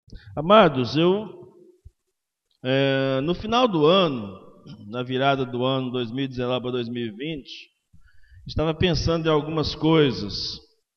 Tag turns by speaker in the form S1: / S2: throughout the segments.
S1: Amados, no final do ano, na virada do ano 2019 para 2020, estava pensando em algumas coisas.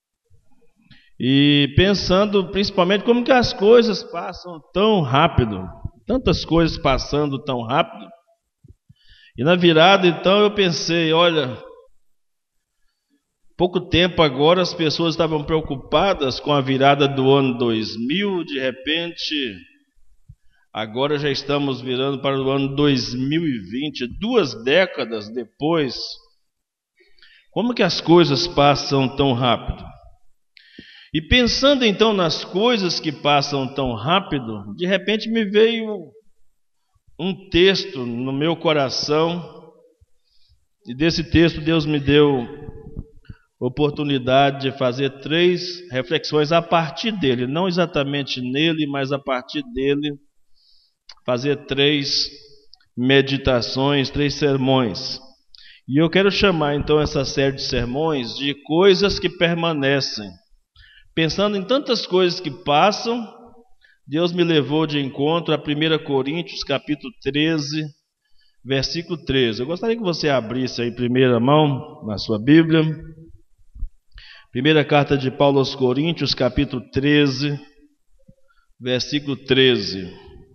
S1: E pensando principalmente como que as coisas passam tão rápido. Tantas coisas passando tão rápido. E na virada, então, eu pensei, olha, pouco tempo agora as pessoas estavam preocupadas com a virada do ano 2000, de repente, agora já estamos virando para o ano 2020, 2 décadas depois. Como que as coisas passam tão rápido? E pensando então nas coisas que passam tão rápido, de repente me veio um texto no meu coração, e desse texto Deus me deu oportunidade de fazer 3 reflexões a partir dele, não exatamente nele, mas a partir dele, fazer 3 meditações, 3 sermões. E eu quero chamar então essa série de sermões de coisas que permanecem. Pensando em tantas coisas que passam, Deus me levou de encontro a 1 Coríntios, capítulo 13, versículo 13. Eu gostaria que você abrisse aí em primeira mão, na sua Bíblia. Primeira carta de Paulo aos Coríntios, capítulo 13, versículo 13.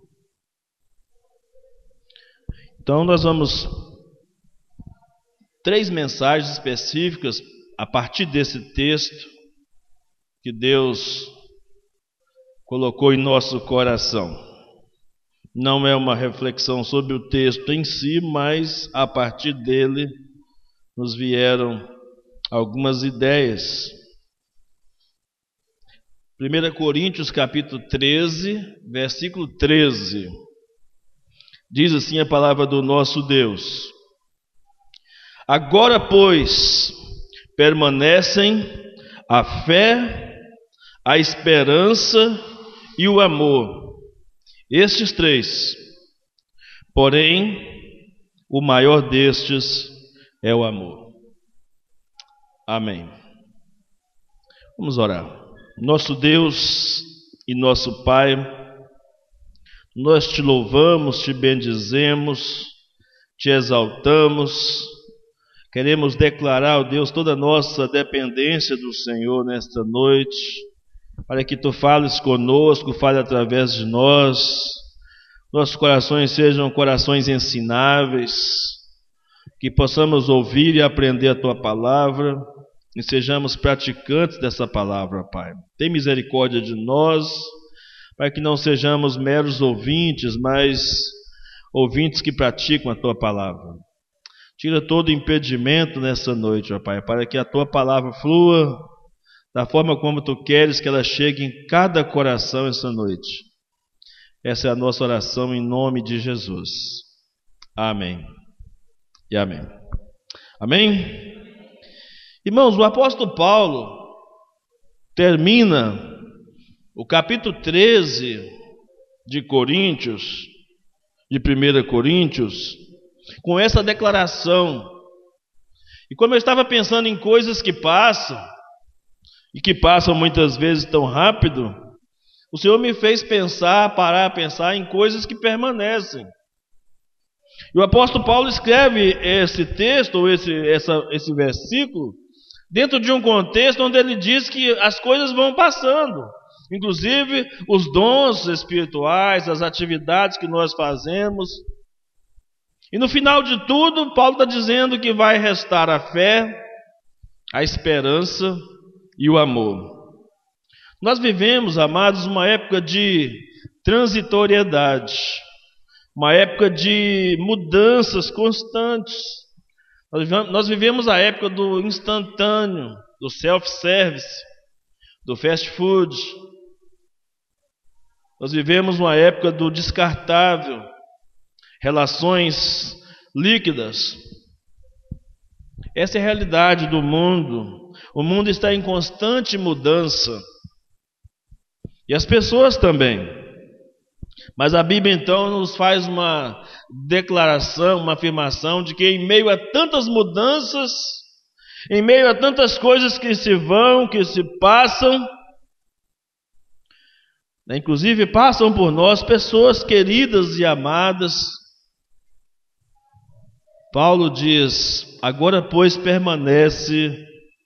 S1: Então nós vamos 3 mensagens específicas a partir desse texto que Deus colocou em nosso coração. Não é uma reflexão sobre o texto em si, mas a partir dele nos vieram algumas ideias. 1 Coríntios capítulo 13, versículo 13. Diz assim a palavra do nosso Deus: Agora, pois, permanecem a fé, a esperança e o amor. Estes 3. Porém, o maior destes é o amor. Amém. Vamos orar. Nosso Deus e nosso Pai, nós te louvamos, te bendizemos, te exaltamos. Queremos declarar, ó Deus, toda a nossa dependência do Senhor nesta noite, para que Tu fales conosco, fale através de nós. Nossos corações sejam corações ensináveis, que possamos ouvir e aprender a Tua palavra, e sejamos praticantes dessa palavra, Pai. Tem misericórdia de nós, para que não sejamos meros ouvintes, mas ouvintes que praticam a Tua palavra. Tira todo impedimento nessa noite, ó Pai, para que a Tua palavra flua da forma como Tu queres que ela chegue em cada coração essa noite. Essa é a nossa oração em nome de Jesus. Amém e amém. Amém? Irmãos, o apóstolo Paulo termina o capítulo 13 de Coríntios, de 1 Coríntios, com essa declaração. E como eu estava pensando em coisas que passam, e que passam muitas vezes tão rápido, o Senhor me fez parar a pensar em coisas que permanecem. E o apóstolo Paulo escreve esse texto, ou esse versículo, dentro de um contexto onde ele diz que as coisas vão passando, inclusive os dons espirituais, as atividades que nós fazemos. E no final de tudo, Paulo está dizendo que vai restar a fé, a esperança e o amor. Nós vivemos, amados, uma época de transitoriedade, uma época de mudanças constantes. Nós vivemos a época do instantâneo, do self-service, do fast food. Nós vivemos uma época do descartável, relações líquidas. Essa é a realidade do mundo. O mundo está em constante mudança. E as pessoas também. Mas a Bíblia então nos faz uma declaração, uma afirmação de que em meio a tantas mudanças, em meio a tantas coisas que se vão, que se passam, Inclusive passam por nós pessoas queridas e amadas. Paulo diz: agora, pois, permanecem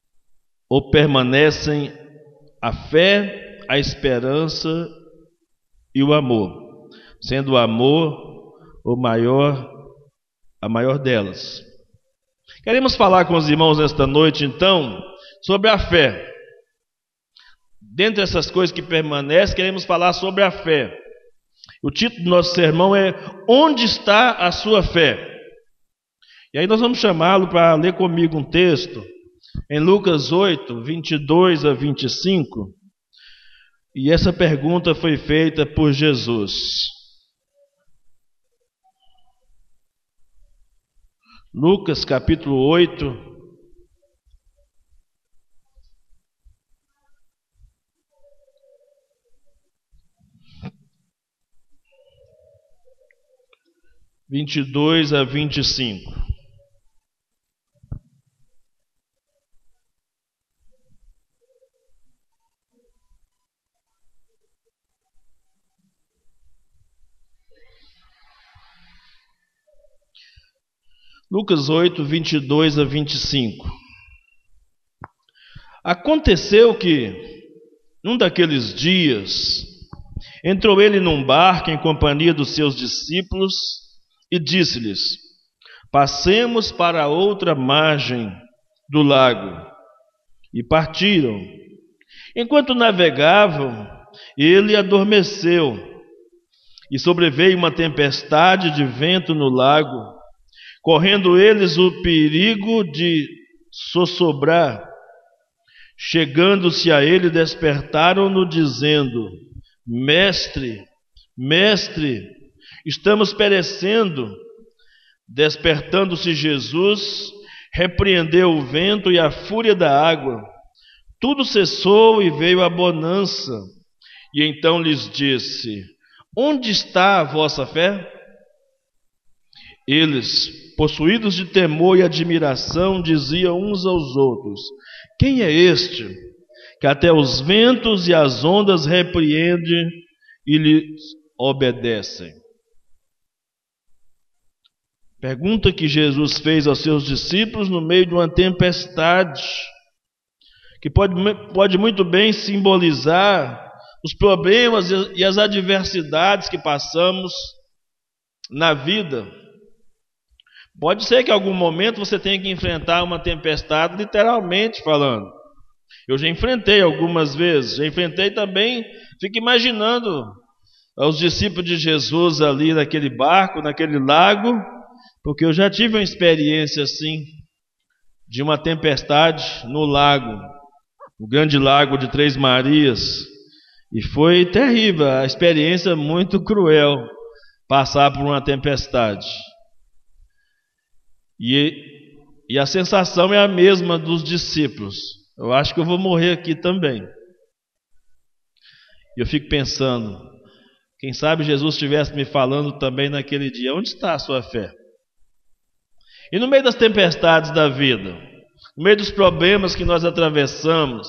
S1: a fé, a esperança e o amor, sendo o amor a maior delas. Queremos falar com os irmãos nesta noite, então, sobre a fé. Dentre essas coisas que permanecem, queremos falar sobre a fé. O título do nosso sermão é: Onde está a sua fé? E aí nós vamos chamá-lo para ler comigo um texto em Lucas 8, 22 a 25. E essa pergunta foi feita por Jesus. Lucas capítulo 8, vinte e dois a 25. Lucas 8, 22 a 25. Aconteceu que, num daqueles dias, entrou ele num barco em companhia dos seus discípulos e disse-lhes: passemos para a outra margem do lago. E partiram. Enquanto navegavam, ele adormeceu, e sobreveio uma tempestade de vento no lago, correndo eles o perigo de sossobrar. Chegando-se a ele, despertaram-no, dizendo: Mestre, Mestre, estamos perecendo. Despertando-se Jesus, repreendeu o vento e a fúria da água. Tudo cessou e veio a bonança. E então lhes disse: onde está a vossa fé? Eles, possuídos de temor e admiração, diziam uns aos outros: quem é este, que até os ventos e as ondas repreende e lhes obedecem? Pergunta que Jesus fez aos seus discípulos no meio de uma tempestade, que pode muito bem simbolizar os problemas e as adversidades que passamos na vida. Pode ser que em algum momento você tenha que enfrentar uma tempestade, literalmente falando. Eu já enfrentei algumas vezes, já enfrentei também, fico imaginando os discípulos de Jesus ali naquele barco, naquele lago, porque eu já tive uma experiência assim, de uma tempestade no lago, no grande lago de Três Marias, e foi terrível, a experiência muito cruel, passar por uma tempestade. E a sensação é a mesma dos discípulos. Eu acho que eu vou morrer aqui também. E eu fico pensando, quem sabe Jesus estivesse me falando também naquele dia: onde está a sua fé? E no meio das tempestades da vida, no meio dos problemas que nós atravessamos,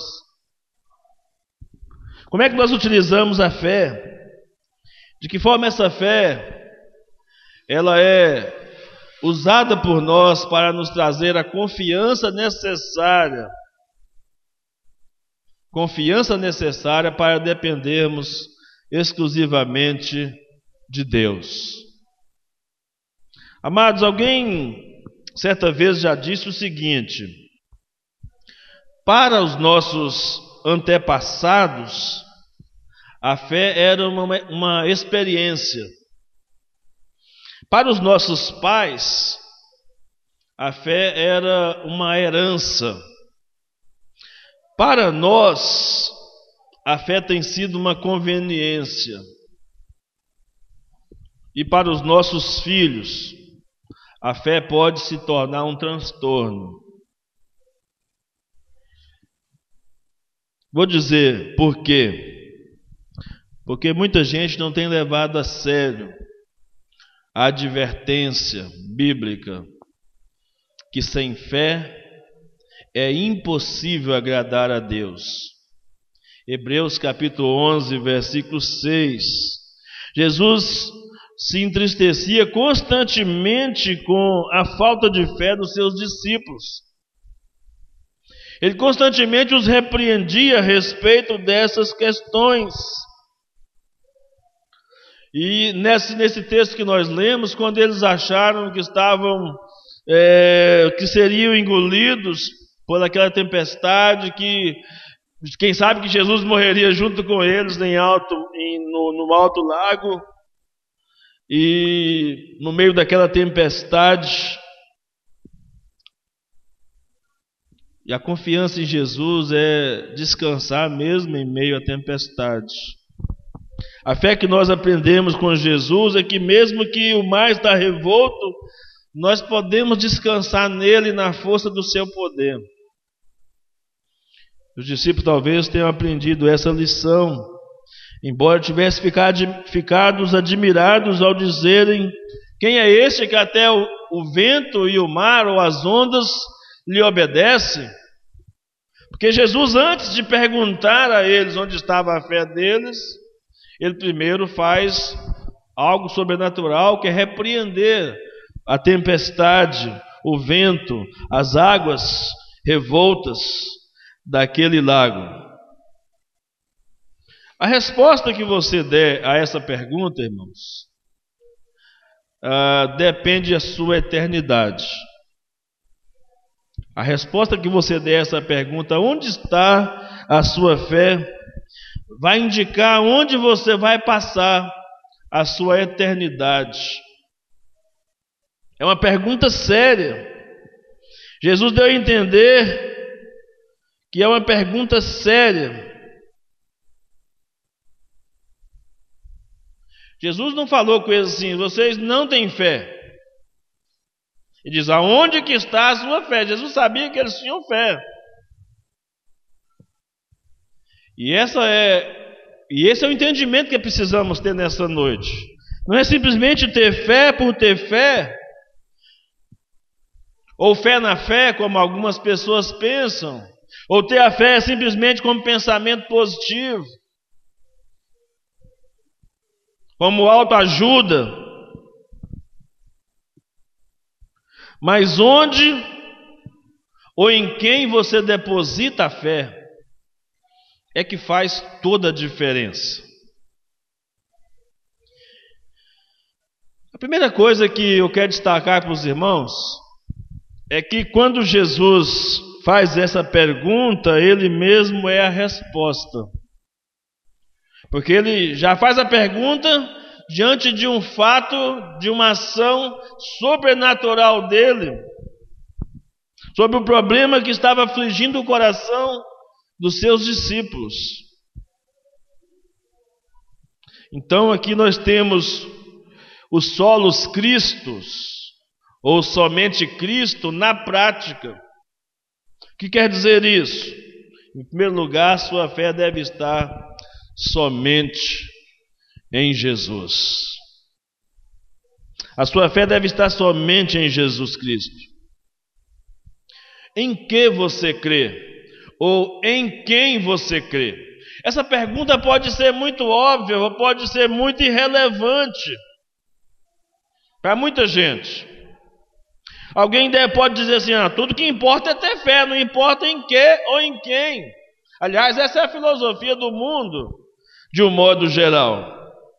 S1: como é que nós utilizamos a fé? De que forma essa fé, ela é usada por nós para nos trazer a confiança necessária para dependermos exclusivamente de Deus. Amados, alguém certa vez já disse o seguinte: para os nossos antepassados, a fé era uma experiência. Para os nossos pais, a fé era uma herança. Para nós, a fé tem sido uma conveniência. E para os nossos filhos, a fé pode se tornar um transtorno. Vou dizer por quê. Porque muita gente não tem levado a sério a advertência bíblica que sem fé é impossível agradar a Deus. Hebreus capítulo 11, versículo 6. Jesus se entristecia constantemente com a falta de fé dos seus discípulos. Ele constantemente os repreendia a respeito dessas questões. E nesse texto que nós lemos, quando eles acharam que que seriam engolidos por aquela tempestade, que quem sabe que Jesus morreria junto com eles no alto lago, e no meio daquela tempestade, e a confiança em Jesus é descansar mesmo em meio à tempestade. A fé que nós aprendemos com Jesus é que mesmo que o mar está revolto, nós podemos descansar nele e na força do seu poder. Os discípulos talvez tenham aprendido essa lição, embora tivessem ficado admirados ao dizerem: quem é este que até o vento e o mar ou as ondas lhe obedecem? Porque Jesus, antes de perguntar a eles onde estava a fé deles, ele primeiro faz algo sobrenatural, que é repreender a tempestade, o vento, as águas revoltas daquele lago. A resposta que você der a essa pergunta, irmãos, depende da sua eternidade. A resposta que você der a essa pergunta, onde está a sua fé, vai indicar onde você vai passar a sua eternidade. É uma pergunta séria. Jesus deu a entender que é uma pergunta séria. Jesus não falou com eles assim: vocês não têm fé. Ele diz: aonde que está a sua fé? Jesus sabia que eles tinham fé. E esse é o entendimento que precisamos ter nessa noite. Não é simplesmente ter fé por ter fé, ou fé na fé, como algumas pessoas pensam, ou ter a fé simplesmente como pensamento positivo, como autoajuda. Mas onde ou em quem você deposita a fé é que faz toda a diferença. A primeira coisa que eu quero destacar para os irmãos é que quando Jesus faz essa pergunta, ele mesmo é a resposta. Porque ele já faz a pergunta diante de um fato, de uma ação sobrenatural dele, sobre o problema que estava afligindo o coração dos seus discípulos. Então aqui nós temos os solos Cristos, ou somente Cristo na prática. O que quer dizer isso? Em primeiro lugar, sua fé deve estar somente em Jesus. A sua fé deve estar somente em Jesus Cristo. Em que você crê? Ou em quem você crê? Essa pergunta pode ser muito óbvia, ou pode ser muito irrelevante para muita gente. Alguém pode dizer assim: tudo que importa é ter fé, não importa em que ou em quem. Aliás, essa é a filosofia do mundo, de um modo geral.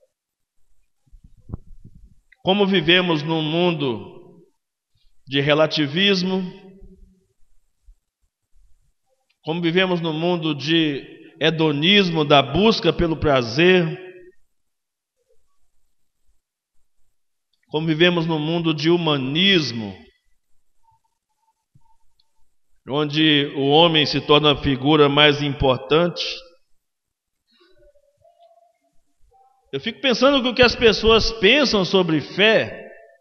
S1: Como vivemos num mundo de relativismo, como vivemos num mundo de hedonismo, da busca pelo prazer, como vivemos num mundo de humanismo, onde o homem se torna a figura mais importante. Eu fico pensando que o que as pessoas pensam sobre fé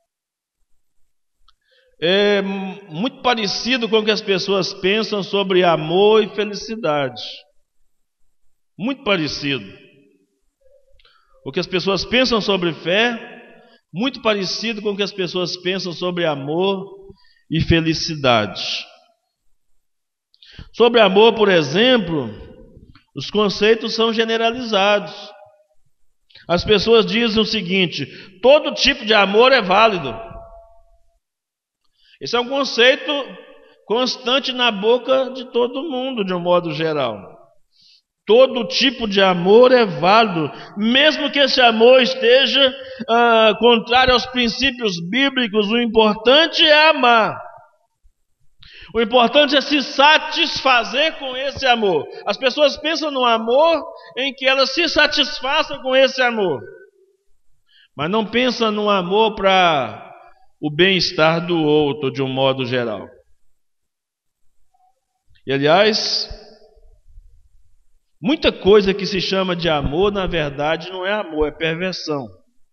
S1: é muito parecido com o que as pessoas pensam sobre amor e felicidade. Muito parecido. O que as pessoas pensam sobre fé, muito parecido com o que as pessoas pensam sobre amor e felicidade. Sobre amor, por exemplo, Os conceitos são generalizados. As pessoas dizem o seguinte: todo tipo de amor é válido. Esse é um conceito constante na boca de todo mundo, de um modo geral. Todo tipo de amor é válido, mesmo que esse amor esteja contrário aos princípios bíblicos. O importante é amar. O importante é se satisfazer com esse amor. As pessoas pensam no amor em que elas se satisfaçam com esse amor, mas não pensam no amor para o bem-estar do outro, de um modo geral. E aliás, muita coisa que se chama de amor, na verdade, não é amor, é perversão.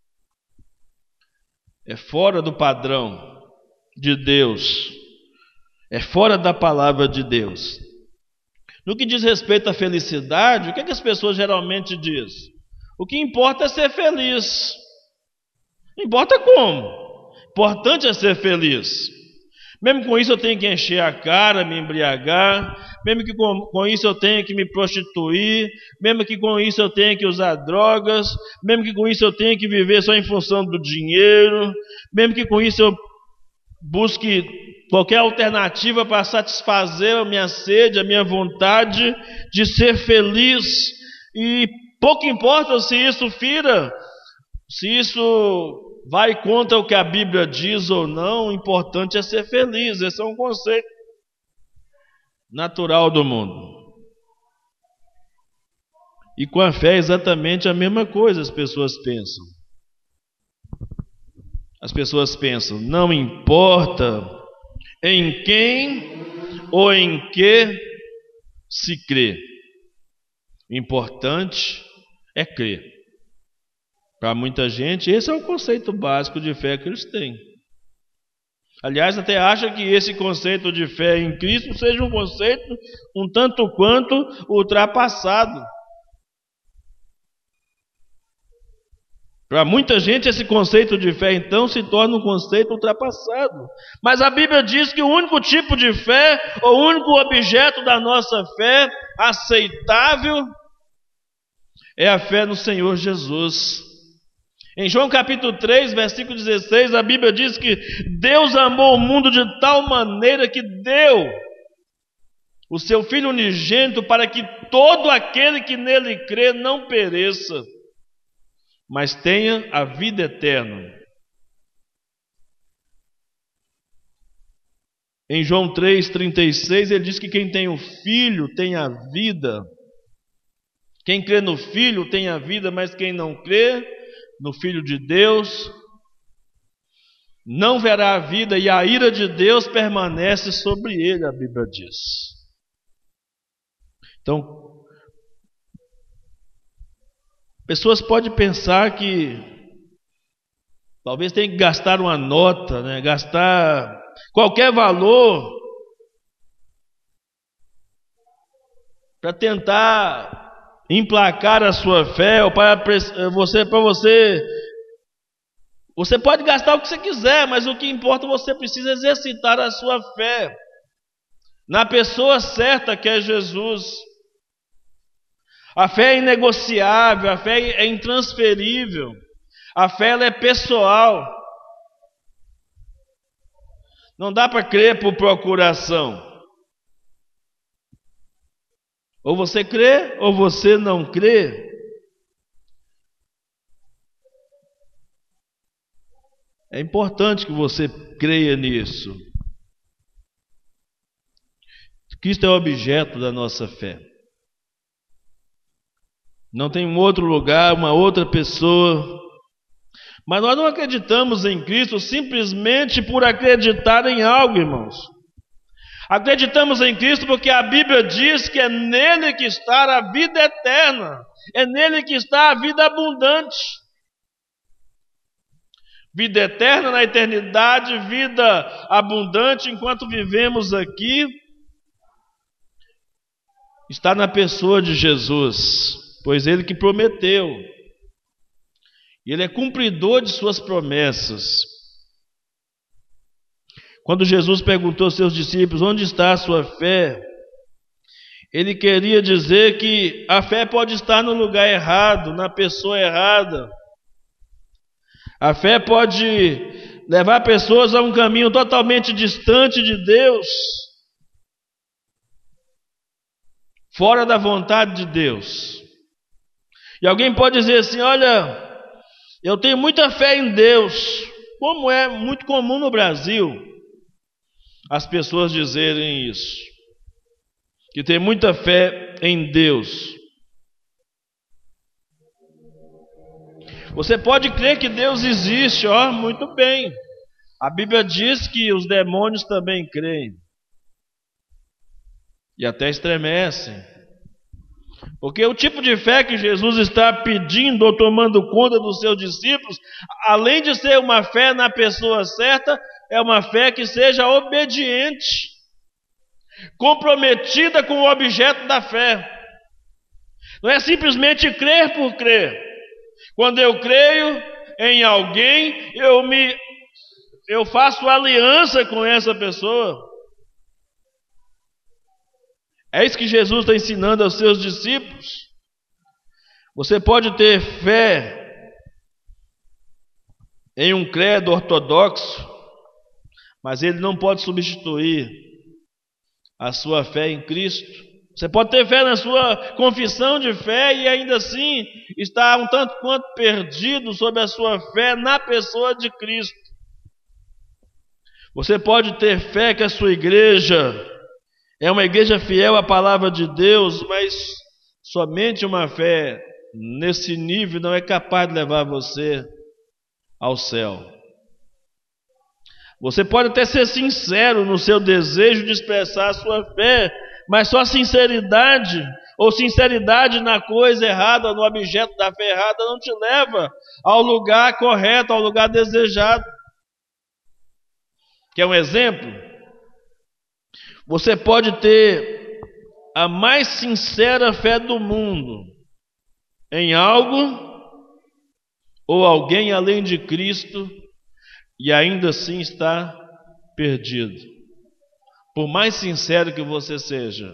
S1: É fora do padrão de Deus. É fora da palavra de Deus. No que diz respeito à felicidade, o que as pessoas geralmente dizem? O que importa é ser feliz. Não importa como. O importante é ser feliz. Mesmo com isso eu tenho que encher a cara, me embriagar. Mesmo que com isso eu tenha que me prostituir. Mesmo que com isso eu tenha que usar drogas. Mesmo que com isso eu tenha que viver só em função do dinheiro. Mesmo que com isso eu busque qualquer alternativa para satisfazer a minha sede, a minha vontade de ser feliz. E pouco importa se isso fira, se isso vai contra o que a Bíblia diz ou não, o importante é ser feliz. Esse é um conceito natural do mundo. E com a fé é exatamente a mesma coisa. As pessoas pensam. As pessoas pensam, não importa em quem ou em que se crê. O importante é crer. Para muita gente, esse é o conceito básico de fé que eles têm. Aliás, até acha que esse conceito de fé em Cristo seja um conceito um tanto quanto ultrapassado. Para muita gente, esse conceito de fé, então, se torna um conceito ultrapassado. Mas a Bíblia diz que o único tipo de fé, ou o único objeto da nossa fé aceitável, é a fé no Senhor Jesus. Em João capítulo 3, versículo 16, a Bíblia diz que Deus amou o mundo de tal maneira que deu o seu Filho unigênito para que todo aquele que nele crê não pereça, mas tenha a vida eterna. Em João 3,36, ele diz que quem tem o Filho tem a vida. Quem crê no Filho tem a vida, mas quem não crê no Filho de Deus não verá a vida, e a ira de Deus permanece sobre ele, a Bíblia diz. Então, pessoas podem pensar que talvez tenha que gastar uma nota, né? Gastar qualquer valor para tentar emplacar a sua fé, ou para você pode gastar o que você quiser, mas o que importa, você precisa exercitar a sua fé na pessoa certa, que é Jesus. A fé é inegociável, a fé é intransferível, a fé ela é pessoal. Não dá para crer por procuração. Ou você crê, ou você não crê. É importante que você creia nisso. Cristo é o objeto da nossa fé. Não tem um outro lugar, uma outra pessoa. Mas nós não acreditamos em Cristo simplesmente por acreditar em algo, irmãos. Acreditamos em Cristo porque a Bíblia diz que é nele que está a vida eterna. É nele que está a vida abundante. Vida eterna na eternidade, vida abundante enquanto vivemos aqui, está na pessoa de Jesus, pois ele que prometeu. E ele é cumpridor de suas promessas. Quando Jesus perguntou aos seus discípulos, onde está a sua fé? Ele queria dizer que a fé pode estar no lugar errado, na pessoa errada. A fé pode levar pessoas a um caminho totalmente distante de Deus, fora da vontade de Deus. E alguém pode dizer assim: olha, eu tenho muita fé em Deus, como é muito comum no Brasil as pessoas dizerem isso, que tem muita fé em Deus. Você pode crer que Deus existe, muito bem. A Bíblia diz que os demônios também creem e até estremecem. Porque o tipo de fé que Jesus está pedindo ou tomando conta dos seus discípulos, além de ser uma fé na pessoa certa, é uma fé que seja obediente, comprometida com o objeto da fé. Não é simplesmente crer por crer. Quando eu creio em alguém, eu faço aliança com essa pessoa. É isso que Jesus está ensinando aos seus discípulos. Você pode ter fé em um credo ortodoxo, mas ele não pode substituir a sua fé em Cristo. Você pode ter fé na sua confissão de fé e ainda assim estar um tanto quanto perdido sobre a sua fé na pessoa de Cristo. Você pode ter fé que a sua igreja é uma igreja fiel à palavra de Deus, mas somente uma fé nesse nível não é capaz de levar você ao céu. Você pode até ser sincero no seu desejo de expressar a sua fé, mas só sinceridade ou sinceridade na coisa errada, no objeto da fé errada, não te leva ao lugar correto, ao lugar desejado. Quer um exemplo? Você pode ter a mais sincera fé do mundo em algo ou alguém além de Cristo e ainda assim está perdido. Por mais sincero que você seja,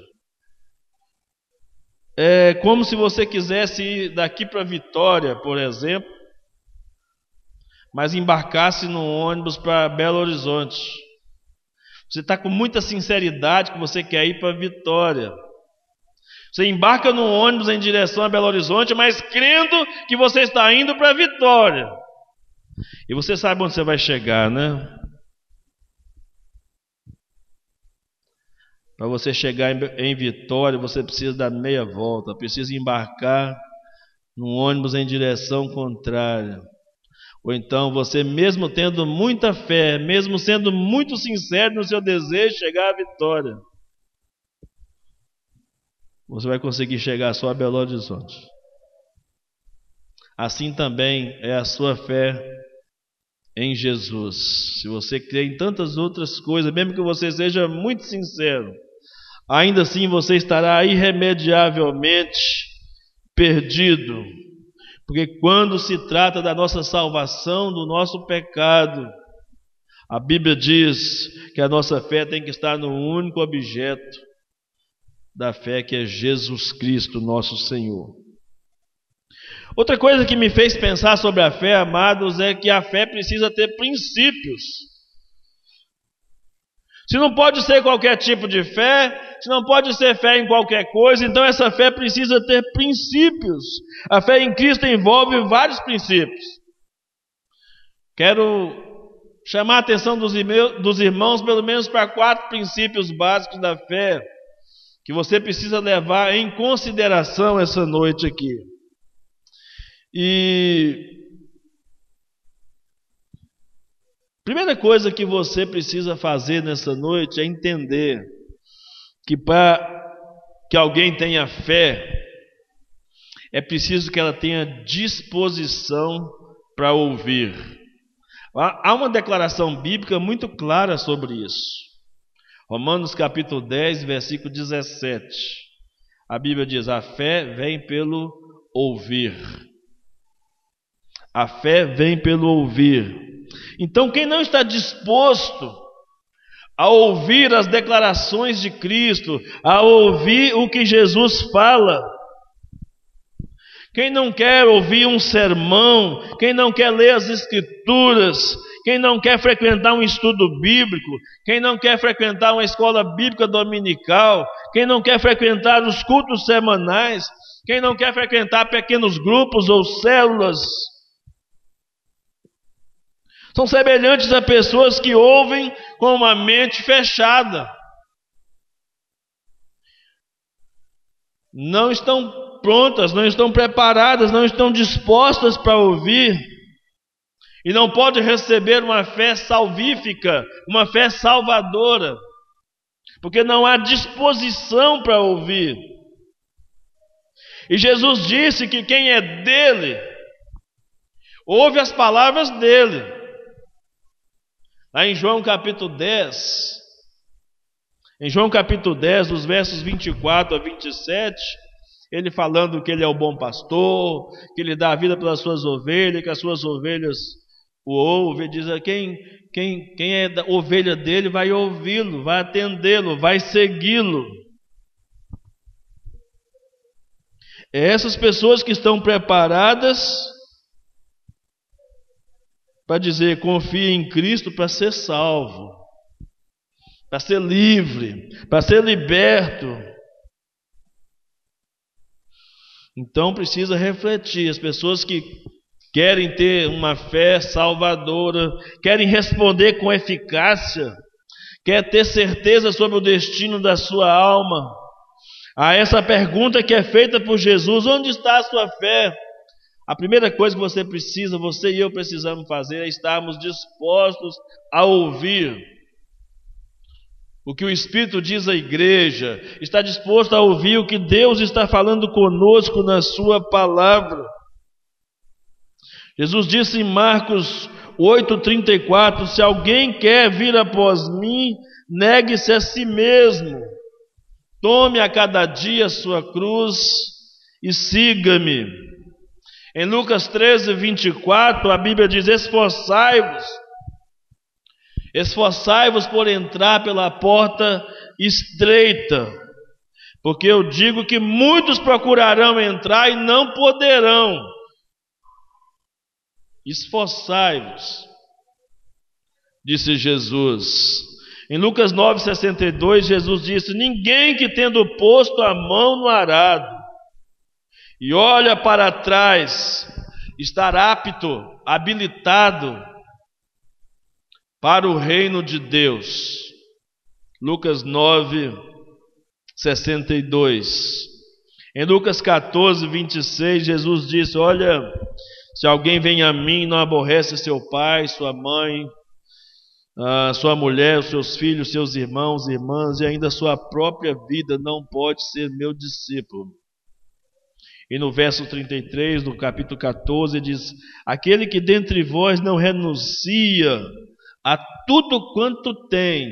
S1: é como se você quisesse ir daqui para Vitória, por exemplo, mas embarcasse num ônibus para Belo Horizonte. Você está com muita sinceridade que você quer ir para Vitória. Você embarca num ônibus em direção a Belo Horizonte, mas crendo que você está indo para Vitória. E você sabe onde você vai chegar, né? Para você chegar em Vitória, você precisa dar meia volta, precisa embarcar num ônibus em direção contrária. Ou então você, mesmo tendo muita fé, mesmo sendo muito sincero no seu desejo de chegar à Vitória, você vai conseguir chegar só a Belo Horizonte. Assim também é a sua fé em Jesus. Se você crê em tantas outras coisas, mesmo que você seja muito sincero, ainda assim você estará irremediavelmente perdido. Porque quando se trata da nossa salvação, do nosso pecado, a Bíblia diz que a nossa fé tem que estar no único objeto da fé, que é Jesus Cristo, nosso Senhor. Outra coisa que me fez pensar sobre a fé, amados, é que a fé precisa ter princípios. Se não pode ser qualquer tipo de fé, se não pode ser fé em qualquer coisa, então essa fé precisa ter princípios. A fé em Cristo envolve vários princípios. Quero chamar a atenção dos irmãos pelo menos para 4 princípios básicos da fé que você precisa levar em consideração essa noite aqui. E primeira coisa que você precisa fazer nessa noite é entender que para que alguém tenha fé, é preciso que ela tenha disposição para ouvir. Há uma declaração bíblica muito clara sobre isso. Romanos capítulo 10, versículo 17. A Bíblia diz: a fé vem pelo ouvir. A fé vem pelo ouvir. Então, quem não está disposto a ouvir as declarações de Cristo, a ouvir o que Jesus fala. Quem não quer ouvir um sermão, quem não quer ler as Escrituras, quem não quer frequentar um estudo bíblico, quem não quer frequentar uma escola bíblica dominical, quem não quer frequentar os cultos semanais, quem não quer frequentar pequenos grupos ou células, são semelhantes a pessoas que ouvem com uma mente fechada. Não estão prontas, não estão preparadas, não estão dispostas para ouvir. E não pode receber uma fé salvífica, uma fé salvadora, porque não há disposição para ouvir. E Jesus disse que quem é dele, ouve as palavras dele. Lá em João capítulo 10, dos versos 24 a 27, ele falando que ele é o bom pastor, que ele dá a vida pelas suas ovelhas, que as suas ovelhas o ouvem. Diz: quem é da ovelha dele vai ouvi-lo, vai atendê-lo, vai segui-lo. É essas pessoas que estão preparadas para dizer: confie em Cristo para ser salvo, para ser livre, para ser liberto. Então precisa refletir. As pessoas que querem ter uma fé salvadora, querem responder com eficácia, quer ter certeza sobre o destino da sua alma, a essa pergunta que é feita por Jesus: onde está a sua fé? A primeira coisa que você e eu precisamos fazer é estarmos dispostos a ouvir o que o Espírito diz à igreja, está disposto a ouvir o que Deus está falando conosco na sua palavra. Jesus disse em Marcos 8,34: se alguém quer vir após mim, negue-se a si mesmo, tome a cada dia a sua cruz e siga-me. Em Lucas 13:24, a Bíblia diz: esforçai-vos por entrar pela porta estreita, porque eu digo que muitos procurarão entrar e não poderão. Esforçai-vos, disse Jesus. Em Lucas 9:62, Jesus disse: ninguém que tendo posto a mão no arado e olha para trás estará apto, habilitado para o reino de Deus. Lucas 9:62. Em Lucas 14:26, Jesus disse: olha, se alguém vem a mim e não aborrece seu pai, sua mãe, sua mulher, os seus filhos, seus irmãos, irmãs e ainda sua própria vida, não pode ser meu discípulo. E no verso 33, do capítulo 14, diz: aquele que dentre vós não renuncia a tudo quanto tem.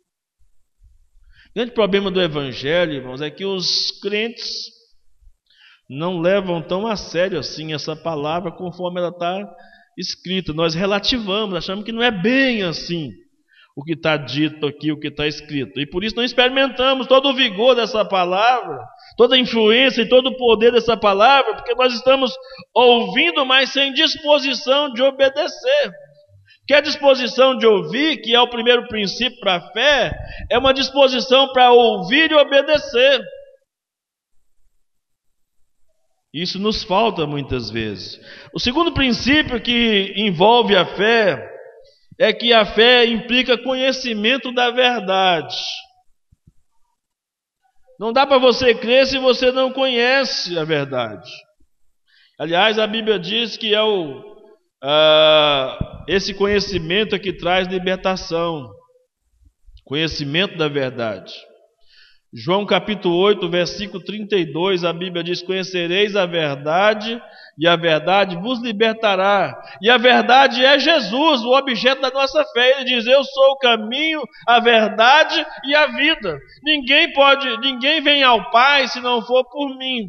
S1: O grande problema do evangelho, irmãos, é que os crentes não levam tão a sério assim essa palavra conforme ela está escrita. Nós relativamos, achamos que não é bem assim o que está dito aqui, o que está escrito. E por isso não experimentamos todo o vigor dessa palavra, toda a influência e todo o poder dessa palavra, porque nós estamos ouvindo, mas sem disposição de obedecer. Que a disposição de ouvir, que é o primeiro princípio para a fé, é uma disposição para ouvir e obedecer. Isso nos falta muitas vezes. O segundo princípio que envolve a fé é que a fé implica conhecimento da verdade. Não dá para você crer se você não conhece a verdade. Aliás, a Bíblia diz que é esse conhecimento é que traz libertação. Conhecimento da verdade. João capítulo 8, versículo 32, a Bíblia diz: conhecereis a verdade, e a verdade vos libertará. E a verdade é Jesus, o objeto da nossa fé. Ele diz: eu sou o caminho, a verdade e a vida. Ninguém vem ao Pai se não for por mim.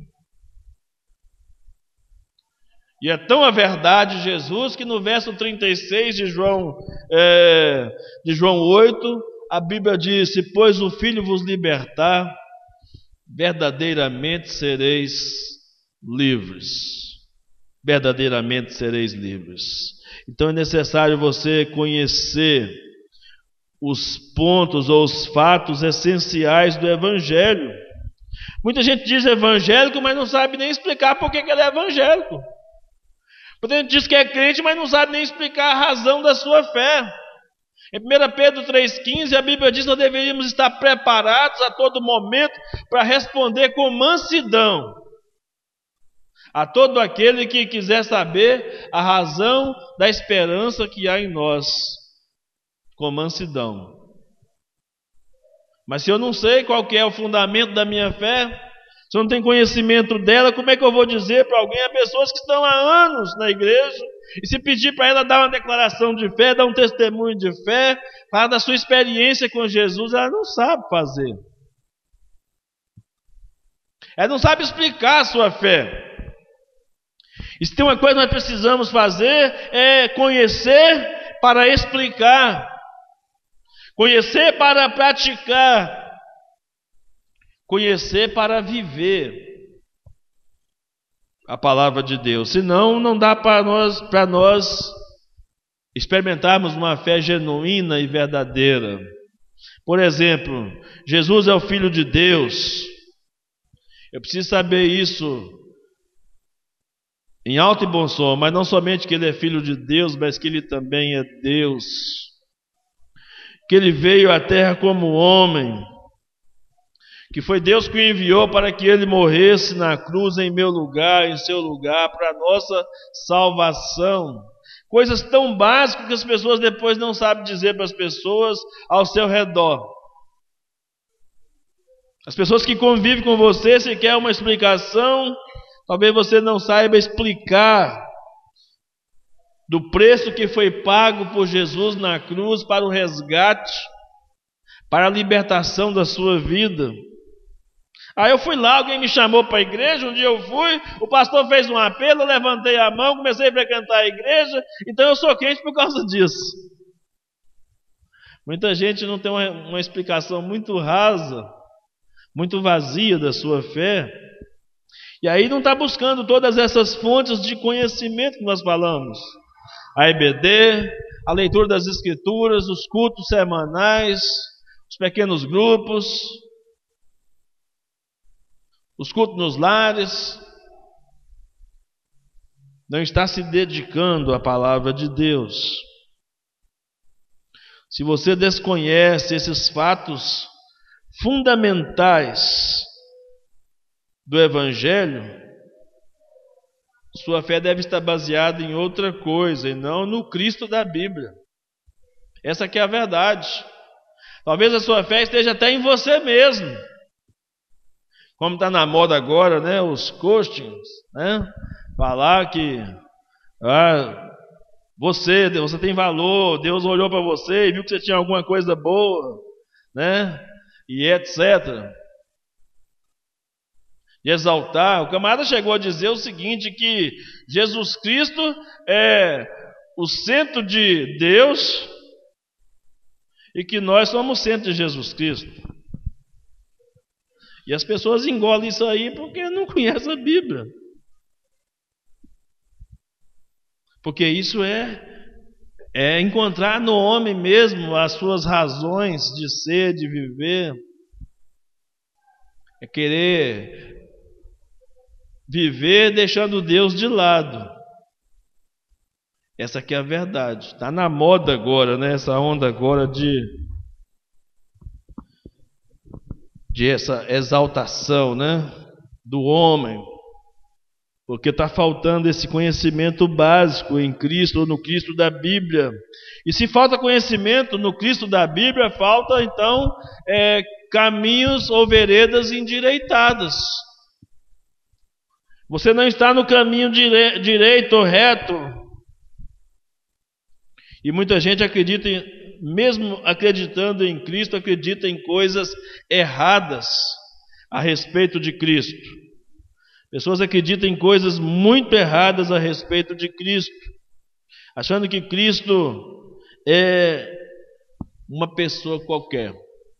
S1: E é tão a verdade Jesus que no verso 36 de João 8, a Bíblia diz: se pois o Filho vos libertar, verdadeiramente sereis livres. Verdadeiramente sereis livres. Então é necessário você conhecer os pontos ou os fatos essenciais do Evangelho. Muita gente diz evangélico, mas não sabe nem explicar por que ele é evangélico. Muita gente diz que é crente, mas não sabe nem explicar a razão da sua fé. Em 1 Pedro 3,15, a Bíblia diz que nós deveríamos estar preparados a todo momento para responder com mansidão a todo aquele que quiser saber a razão da esperança que há em nós, com mansidão. Mas se eu não sei qual que é o fundamento da minha fé, se eu não tenho conhecimento dela, como é que eu vou dizer para alguém, a pessoas que estão há anos na igreja, e se pedir para ela dar uma declaração de fé, dar um testemunho de fé, falar da sua experiência com Jesus, ela não sabe fazer. Ela não sabe explicar a sua fé. E se tem uma coisa que nós precisamos fazer, é conhecer para explicar, conhecer para praticar, conhecer para viver a palavra de Deus. Senão não dá para nós experimentarmos uma fé genuína e verdadeira. Por exemplo, Jesus é o Filho de Deus. Eu preciso saber isso em alto e bom som, mas não somente que ele é Filho de Deus, mas que ele também é Deus. Que ele veio à terra como homem, que foi Deus que o enviou para que ele morresse na cruz em meu lugar, em seu lugar, para a nossa salvação. Coisas tão básicas que as pessoas depois não sabem dizer para as pessoas ao seu redor. As pessoas que convivem com você, se quer uma explicação, talvez você não saiba explicar do preço que foi pago por Jesus na cruz para o resgate, para a libertação da sua vida. Aí eu fui lá, alguém me chamou para a igreja, um dia eu fui, o pastor fez um apelo, eu levantei a mão, comecei a frequentar a igreja, então eu sou crente por causa disso. Muita gente não tem uma explicação muito rasa, muito vazia da sua fé, e aí não está buscando todas essas fontes de conhecimento que nós falamos. A EBD, a leitura das Escrituras, os cultos semanais, os pequenos grupos, os cultos nos lares. Não está se dedicando à palavra de Deus. Se você desconhece esses fatos fundamentais do Evangelho, sua fé deve estar baseada em outra coisa, e não no Cristo da Bíblia. Essa que é a verdade. Talvez a sua fé esteja até em você mesmo. Como está na moda agora, né? Os coachings, né? Falar que você tem valor, Deus olhou para você e viu que você tinha alguma coisa boa, né? E etc. E exaltar. O camarada chegou a dizer o seguinte, que Jesus Cristo é o centro de Deus e que nós somos o centro de Jesus Cristo. E as pessoas engolem isso aí porque não conhecem a Bíblia. Porque isso é encontrar no homem mesmo as suas razões de ser, de viver. É querer viver deixando Deus de lado. Essa aqui é a verdade. Está na moda agora, né? Essa onda agora de essa exaltação, né? Do homem. Porque está faltando esse conhecimento básico em Cristo, ou no Cristo da Bíblia. E se falta conhecimento no Cristo da Bíblia, falta então caminhos ou veredas endireitadas. Você não está no caminho direito, reto. E muita gente acredita, mesmo acreditando em Cristo, acredita em coisas erradas a respeito de Cristo. Pessoas acreditam em coisas muito erradas a respeito de Cristo, achando que Cristo uma pessoa qualquer.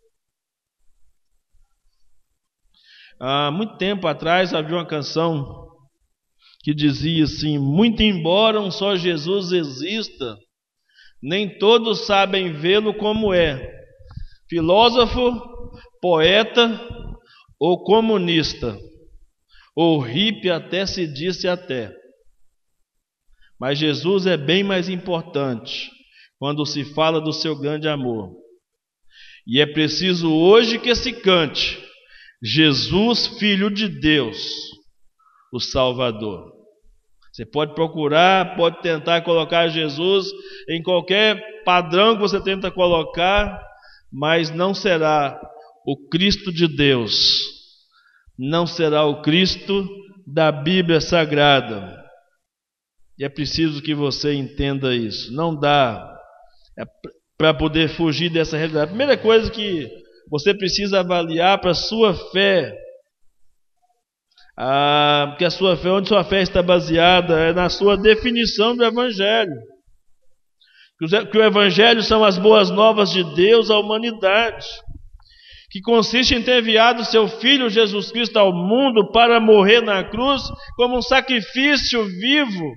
S1: Há muito tempo atrás havia uma canção que dizia assim: muito embora um só Jesus exista, nem todos sabem vê-lo como é, filósofo, poeta ou comunista, ou hippie até se disse até. Mas Jesus é bem mais importante quando se fala do seu grande amor. E é preciso hoje que se cante: Jesus, Filho de Deus, o Salvador. Você pode procurar, pode tentar colocar Jesus em qualquer padrão que você tenta colocar, mas não será o Cristo de Deus, não será o Cristo da Bíblia Sagrada. E é preciso que você entenda isso. Não dá para poder fugir dessa realidade. A primeira coisa que você precisa avaliar para a sua fé, porque a sua fé, onde sua fé está baseada, é na sua definição do Evangelho. Que o Evangelho são as boas novas de Deus à humanidade, que consiste em ter enviado seu Filho Jesus Cristo ao mundo para morrer na cruz como um sacrifício vivo.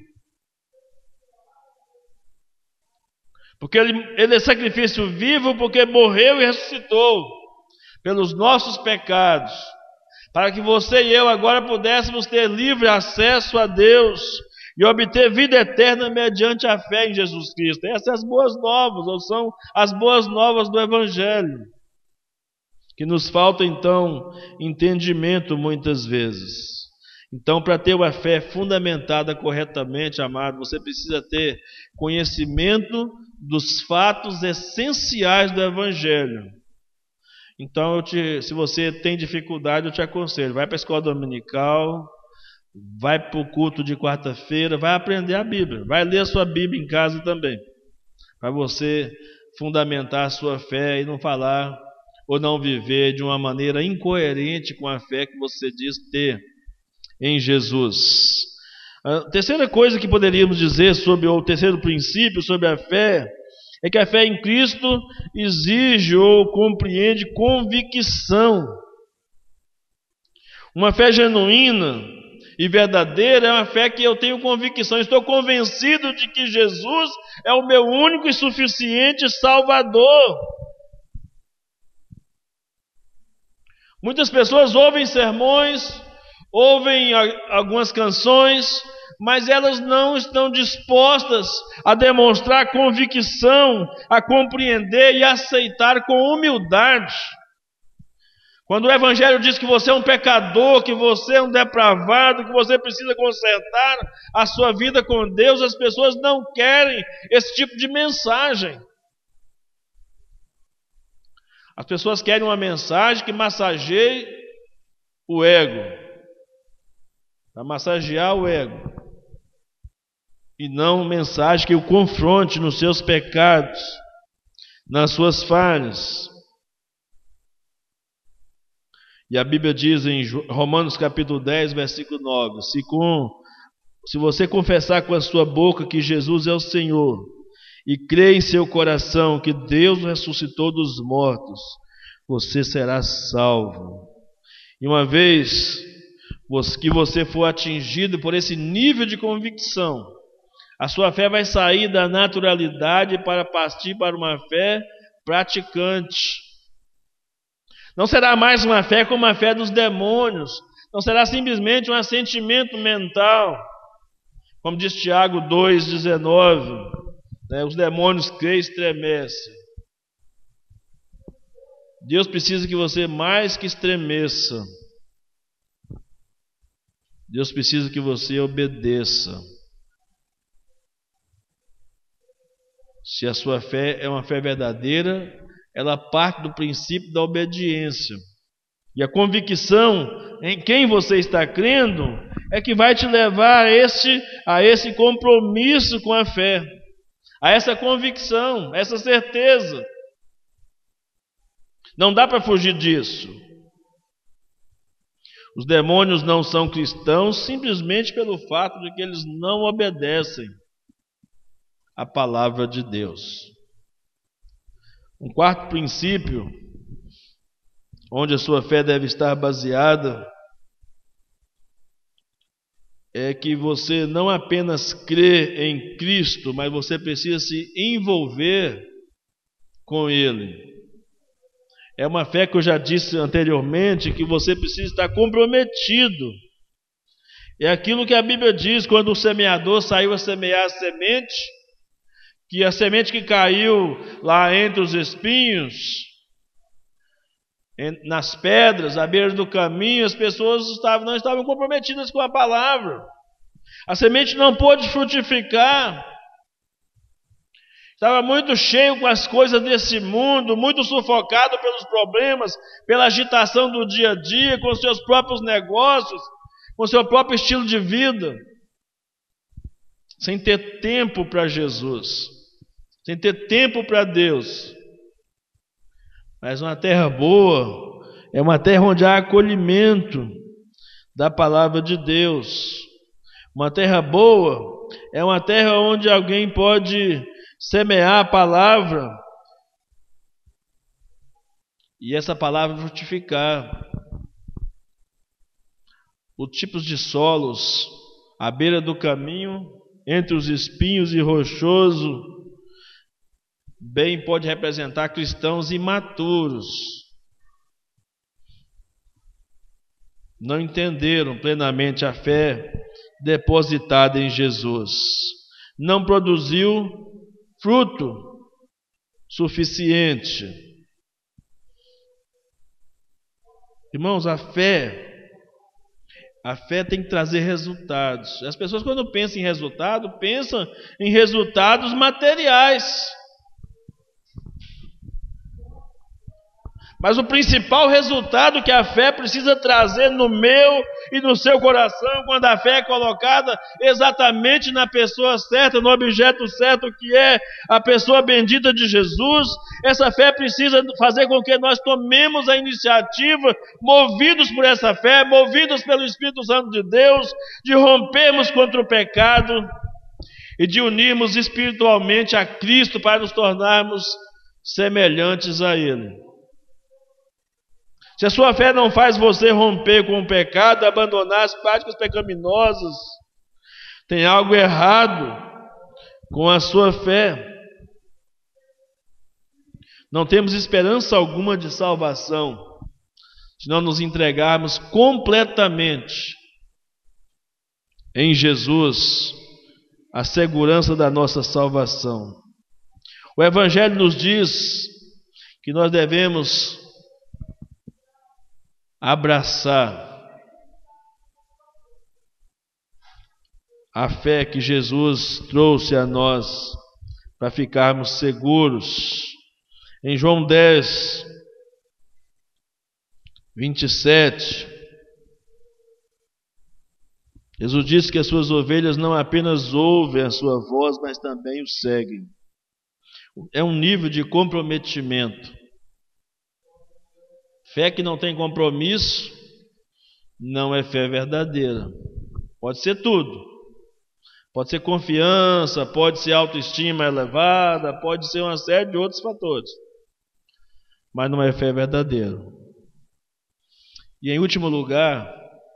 S1: Porque ele é sacrifício vivo porque morreu e ressuscitou pelos nossos pecados, para que você e eu agora pudéssemos ter livre acesso a Deus e obter vida eterna mediante a fé em Jesus Cristo. Essas são as boas novas, ou são as boas novas do Evangelho, que nos falta então entendimento muitas vezes. Então, para ter uma fé fundamentada corretamente, amado, você precisa ter conhecimento dos fatos essenciais do Evangelho. Então, se você tem dificuldade, eu te aconselho: vai para a escola dominical, vai para o culto de quarta-feira, vai aprender a Bíblia, vai ler a sua Bíblia em casa também, para você fundamentar a sua fé e não falar ou não viver de uma maneira incoerente com a fé que você diz ter em Jesus. A terceira coisa que poderíamos dizer sobre, ou o terceiro princípio sobre a fé, é que a fé em Cristo exige ou compreende convicção. Uma fé genuína e verdadeira é uma fé que eu tenho convicção, estou convencido de que Jesus é o meu único e suficiente Salvador. Muitas pessoas ouvem sermões, ouvem algumas canções, mas elas não estão dispostas a demonstrar convicção, a compreender e aceitar com humildade. Quando o Evangelho diz que você é um pecador, que você é um depravado, que você precisa consertar a sua vida com Deus, as pessoas não querem esse tipo de mensagem. As pessoas querem uma mensagem que massageie o ego, para massagear o ego, e não mensagem que o confronte nos seus pecados, nas suas falhas. E a Bíblia diz em Romanos capítulo 10, versículo 9, se você confessar com a sua boca que Jesus é o Senhor, e crer em seu coração que Deus o ressuscitou dos mortos, você será salvo. E uma vez que você for atingido por esse nível de convicção, a sua fé vai sair da naturalidade para partir para uma fé praticante. Não será mais uma fé como a fé dos demônios, não será simplesmente um assentimento mental, como diz Tiago 2,19, os demônios creem e estremecem. Deus precisa que você mais que estremeça, Deus precisa que você obedeça. Se a sua fé é uma fé verdadeira, ela parte do princípio da obediência. E a convicção em quem você está crendo é que vai te levar a esse compromisso com a fé, a essa convicção, a essa certeza. Não dá para fugir disso. Os demônios não são cristãos simplesmente pelo fato de que eles não obedecem a palavra de Deus. Um quarto princípio, onde a sua fé deve estar baseada, é que você não apenas crê em Cristo, mas você precisa se envolver com Ele. É uma fé que eu já disse anteriormente, que você precisa estar comprometido. É aquilo que a Bíblia diz, quando o semeador saiu a semear a semente, que a semente que caiu lá entre os espinhos, nas pedras, à beira do caminho, as pessoas não estavam comprometidas com a palavra. A semente não pôde frutificar. Estava muito cheio com as coisas desse mundo, muito sufocado pelos problemas, pela agitação do dia a dia, com seus próprios negócios, com seu próprio estilo de vida, sem ter tempo para Jesus, sem ter tempo para Deus. Mas uma terra boa é uma terra onde há acolhimento da palavra de Deus. Uma terra boa é uma terra onde alguém pode semear a palavra e essa palavra frutificar. Os tipos de solos, à beira do caminho, entre os espinhos e rochoso, bem pode representar cristãos imaturos. Não entenderam plenamente a fé depositada em Jesus. Não produziu fruto suficiente. Irmãos, a fé tem que trazer resultados. As pessoas, quando pensam em resultado, pensam em resultados materiais. Mas o principal resultado que a fé precisa trazer no meu e no seu coração, quando a fé é colocada exatamente na pessoa certa, no objeto certo, que é a pessoa bendita de Jesus, essa fé precisa fazer com que nós tomemos a iniciativa, movidos por essa fé, movidos pelo Espírito Santo de Deus, de rompermos contra o pecado e de unirmos espiritualmente a Cristo para nos tornarmos semelhantes a Ele. Se a sua fé não faz você romper com o pecado, abandonar as práticas pecaminosas, tem algo errado com a sua fé. Não temos esperança alguma de salvação se não nos entregarmos completamente em Jesus a segurança da nossa salvação. O Evangelho nos diz que nós devemos abraçar a fé que Jesus trouxe a nós para ficarmos seguros. Em João 10, 27, Jesus disse que as suas ovelhas não apenas ouvem a sua voz, mas também o seguem. É um nível de comprometimento. Fé que não tem compromisso não é fé verdadeira. Pode ser tudo. Pode ser confiança, pode ser autoestima elevada, pode ser uma série de outros fatores. Mas não é fé verdadeira. E em último lugar,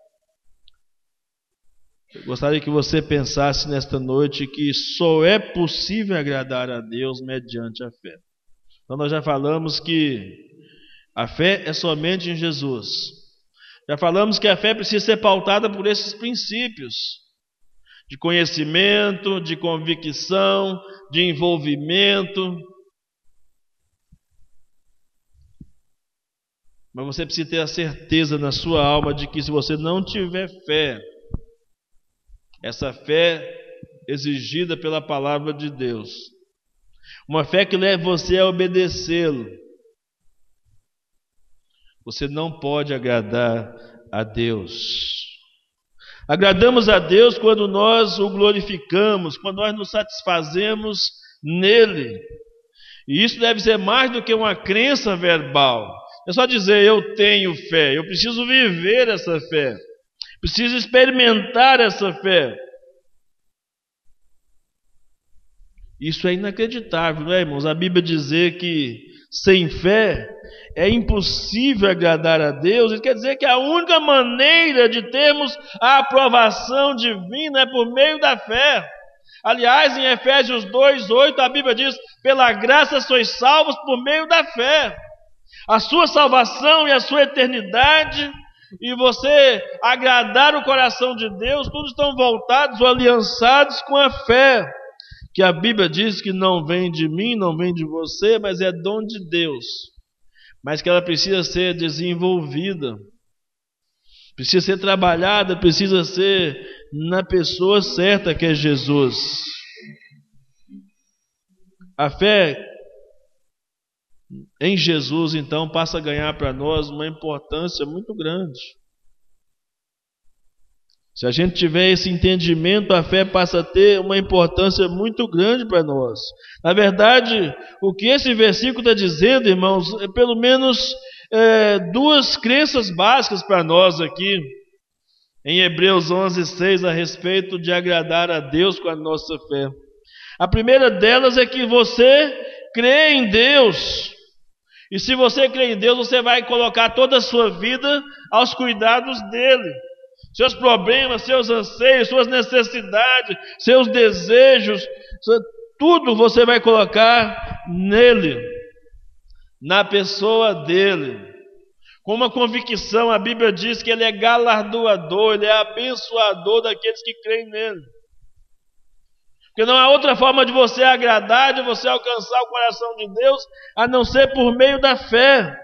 S1: eu gostaria que você pensasse nesta noite que só é possível agradar a Deus mediante a fé. Então nós já falamos que a fé é somente em Jesus. Já falamos que a fé precisa ser pautada por esses princípios de conhecimento, de convicção, de envolvimento. Mas você precisa ter a certeza na sua alma de que se você não tiver fé, essa fé exigida pela palavra de Deus, uma fé que leve você a obedecê-lo, você não pode agradar a Deus. Agradamos a Deus quando nós o glorificamos, quando nós nos satisfazemos nele. E isso deve ser mais do que uma crença verbal. É só dizer, eu tenho fé, eu preciso viver essa fé, preciso experimentar essa fé. Isso é inacreditável, não é, irmãos? A Bíblia dizer que sem fé é impossível agradar a Deus. Isso quer dizer que a única maneira de termos a aprovação divina é por meio da fé. Aliás, em Efésios 2:8, a Bíblia diz: pela graça sois salvos por meio da fé. A sua salvação e a sua eternidade e você agradar o coração de Deus, todos estão voltados ou aliançados com a fé, que a Bíblia diz que não vem de mim, não vem de você, mas é dom de Deus, mas que ela precisa ser desenvolvida, precisa ser trabalhada, precisa ser na pessoa certa, que é Jesus. A fé em Jesus, então, passa a ganhar para nós uma importância muito grande. Se a gente tiver esse entendimento, a fé passa a ter uma importância muito grande para nós. Na verdade, o que esse versículo está dizendo, irmãos, é pelo menos duas crenças básicas para nós aqui, em Hebreus 11:6, a respeito de agradar a Deus com a nossa fé. A primeira delas é que você crê em Deus. E se você crê em Deus, você vai colocar toda a sua vida aos cuidados dele. Seus problemas, seus anseios, suas necessidades, seus desejos, tudo você vai colocar nele, na pessoa dele. Com uma convicção, a Bíblia diz que ele é galardoador, ele é abençoador daqueles que creem nele. Porque não há outra forma de você agradar, de você alcançar o coração de Deus, a não ser por meio da fé.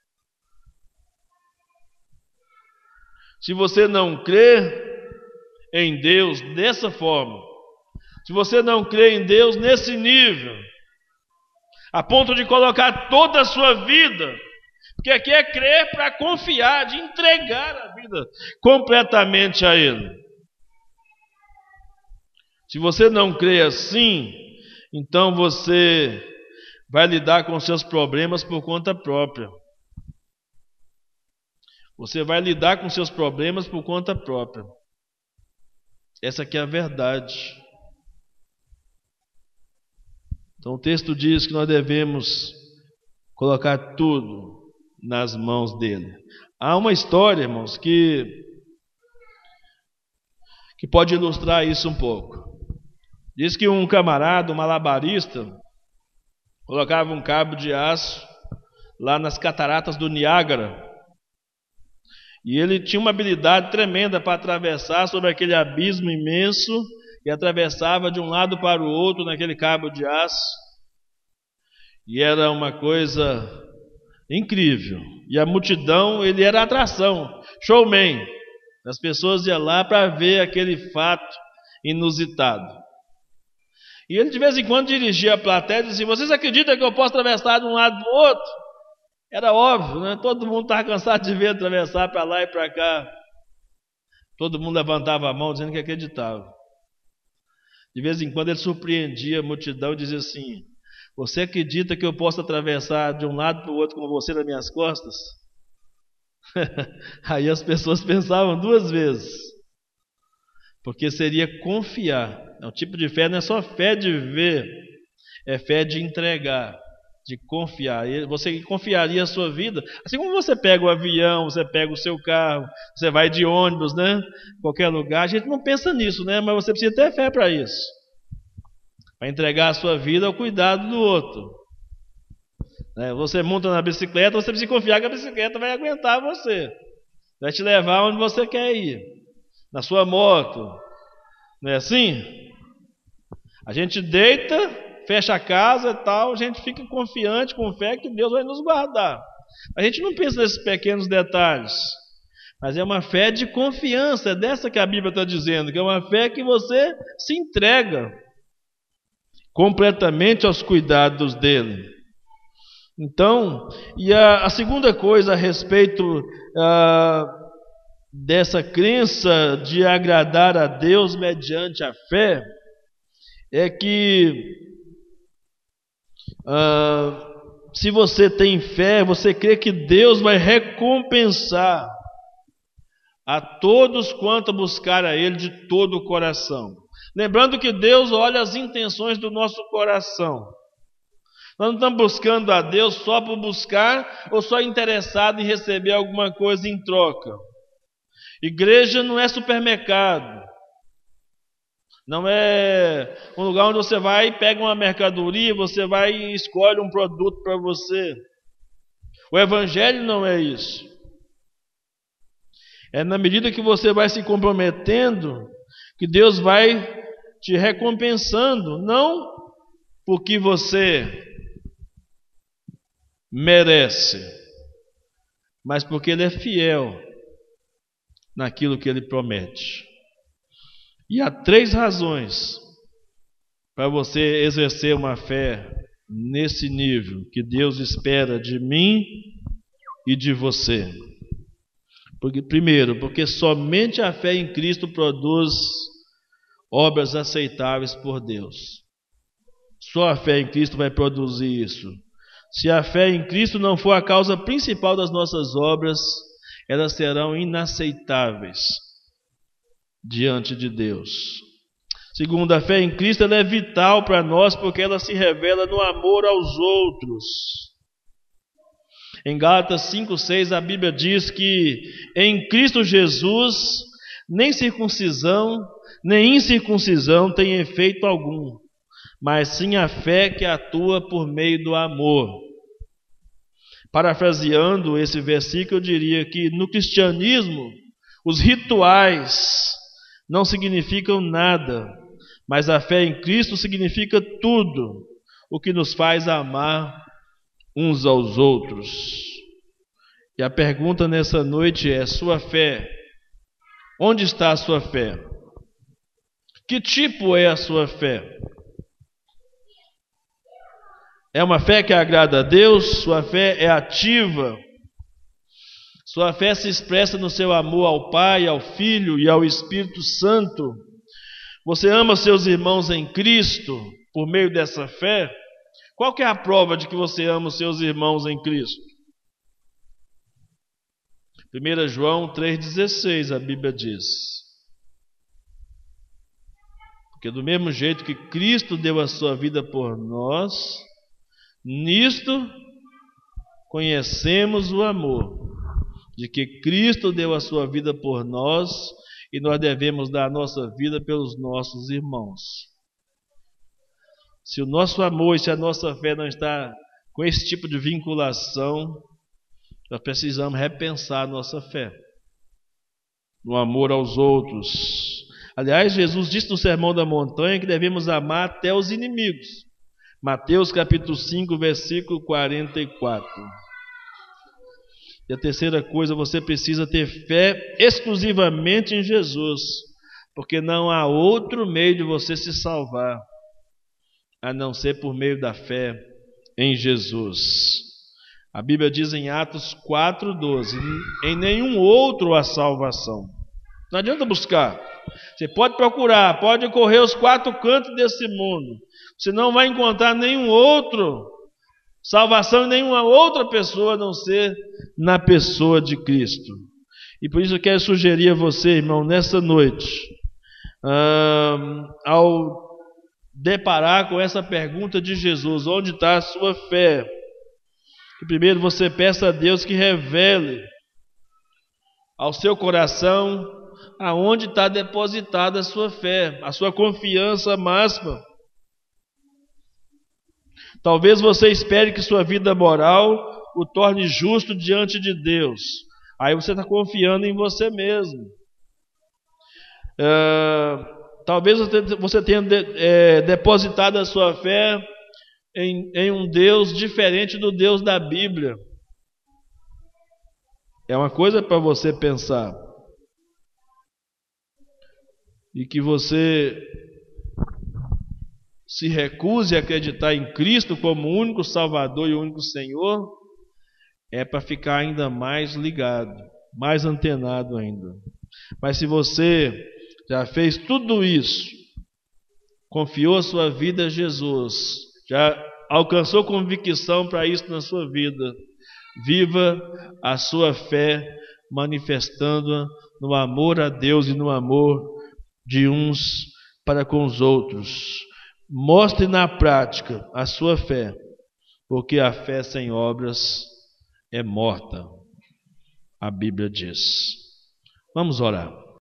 S1: Se você não crê em Deus dessa forma, se você não crê em Deus nesse nível, a ponto de colocar toda a sua vida, porque aqui é crer para confiar, de entregar a vida completamente a Ele. Se você não crê assim, então você vai lidar com seus problemas por conta própria. Você vai lidar com seus problemas por conta própria. Essa aqui é a verdade. Então o texto diz que nós devemos colocar tudo nas mãos dele. Há uma história, irmãos, que pode ilustrar isso um pouco. Diz que um camarada, um malabarista, colocava um cabo de aço lá nas cataratas do Niágara. E ele tinha uma habilidade tremenda para atravessar sobre aquele abismo imenso, e atravessava de um lado para o outro naquele cabo de aço. E era uma coisa incrível. E a multidão, ele era atração, showman. As pessoas iam lá para ver aquele fato inusitado. E ele de vez em quando dirigia a plateia e dizia: vocês acreditam que eu posso atravessar de um lado para o outro? Era óbvio, né? Todo mundo estava cansado de ver atravessar para lá e para cá. Todo mundo levantava a mão dizendo que acreditava. De vez em quando ele surpreendia a multidão e dizia assim: você acredita que eu posso atravessar de um lado para o outro com você nas minhas costas? Aí as pessoas pensavam duas vezes, porque seria confiar. O tipo de fé não é só fé de ver, é fé de entregar, de confiar. Você confiaria a sua vida, assim como você pega o avião, você pega o seu carro, você vai de ônibus, né? Qualquer lugar. A gente não pensa nisso, né? Mas você precisa ter fé para isso, para entregar a sua vida ao cuidado do outro. Você monta na bicicleta, você precisa confiar que a bicicleta vai aguentar você, vai te levar onde você quer ir. Na sua moto, não é assim? A gente deita, fecha a casa e tal, a gente fica confiante, com fé que Deus vai nos guardar. A gente não pensa nesses pequenos detalhes, mas é uma fé de confiança, é dessa que a Bíblia está dizendo, que é uma fé que você se entrega completamente aos cuidados dele. Então, e a segunda coisa a respeito dessa crença de agradar a Deus mediante a fé, é que se você tem fé, você crê que Deus vai recompensar a todos quanto buscar a Ele de todo o coração. Lembrando que Deus olha as intenções do nosso coração. Nós não estamos buscando a Deus só por buscar ou só interessado em receber alguma coisa em troca. Igreja não é supermercado. Não é um lugar onde você vai e pega uma mercadoria, você vai e escolhe um produto para você. O Evangelho não é isso. É na medida que você vai se comprometendo que Deus vai te recompensando, não porque você merece, mas porque Ele é fiel naquilo que Ele promete. E há 3 razões para você exercer uma fé nesse nível que Deus espera de mim e de você. Primeiro, porque somente a fé em Cristo produz obras aceitáveis por Deus. Só a fé em Cristo vai produzir isso. Se a fé em Cristo não for a causa principal das nossas obras, elas serão inaceitáveis diante de Deus. Segundo, a fé em Cristo ela é vital para nós porque ela se revela no amor aos outros. Em Gálatas 5:6 a Bíblia diz que em Cristo Jesus nem circuncisão nem incircuncisão tem efeito algum, mas sim a fé que atua por meio do amor. Parafraseando esse versículo, eu diria que no cristianismo os rituais não significam nada, mas a fé em Cristo significa tudo, o que nos faz amar uns aos outros. E a pergunta nessa noite é: sua fé, onde está a sua fé? Que tipo é a sua fé? É uma fé que agrada a Deus? Sua fé é ativa? Sua fé se expressa no seu amor ao Pai, ao Filho e ao Espírito Santo? Você ama seus irmãos em Cristo por meio dessa fé? Qual que é a prova de que você ama os seus irmãos em Cristo? 1 João 3,16 a Bíblia diz: porque do mesmo jeito que Cristo deu a sua vida por nós, nisto conhecemos o amor, de que Cristo deu a sua vida por nós e nós devemos dar a nossa vida pelos nossos irmãos. Se o nosso amor e se a nossa fé não está com esse tipo de vinculação, nós precisamos repensar a nossa fé no amor aos outros. Aliás, Jesus disse no Sermão da Montanha que devemos amar até os inimigos. Mateus capítulo 5, versículo 44. E a terceira coisa, você precisa ter fé exclusivamente em Jesus, porque não há outro meio de você se salvar a não ser por meio da fé em Jesus. A Bíblia diz em Atos 4:12: em nenhum outro há salvação. Não adianta buscar. Você pode procurar, pode correr os 4 cantos desse mundo, você não vai encontrar nenhum outro salvação em nenhuma outra pessoa a não ser na pessoa de Cristo. E por isso eu quero sugerir a você, irmão, nessa noite, ao deparar com essa pergunta de Jesus: onde está a sua fé? Que primeiro você peça a Deus que revele ao seu coração aonde está depositada a sua fé, a sua confiança máxima. Talvez você espere que sua vida moral o torne justo diante de Deus. Aí você está confiando em você mesmo. Talvez você tenha depositado a sua fé em um Deus diferente do Deus da Bíblia. É uma coisa para você pensar. E que você se recuse a acreditar em Cristo como o único Salvador e o único Senhor, é para ficar ainda mais ligado, mais antenado ainda. Mas se você já fez tudo isso, confiou a sua vida a Jesus, já alcançou convicção para isso na sua vida, viva a sua fé manifestando-a no amor a Deus e no amor de uns para com os outros. Mostre na prática a sua fé porque a fé sem obras é morta, a Bíblia diz. Vamos orar.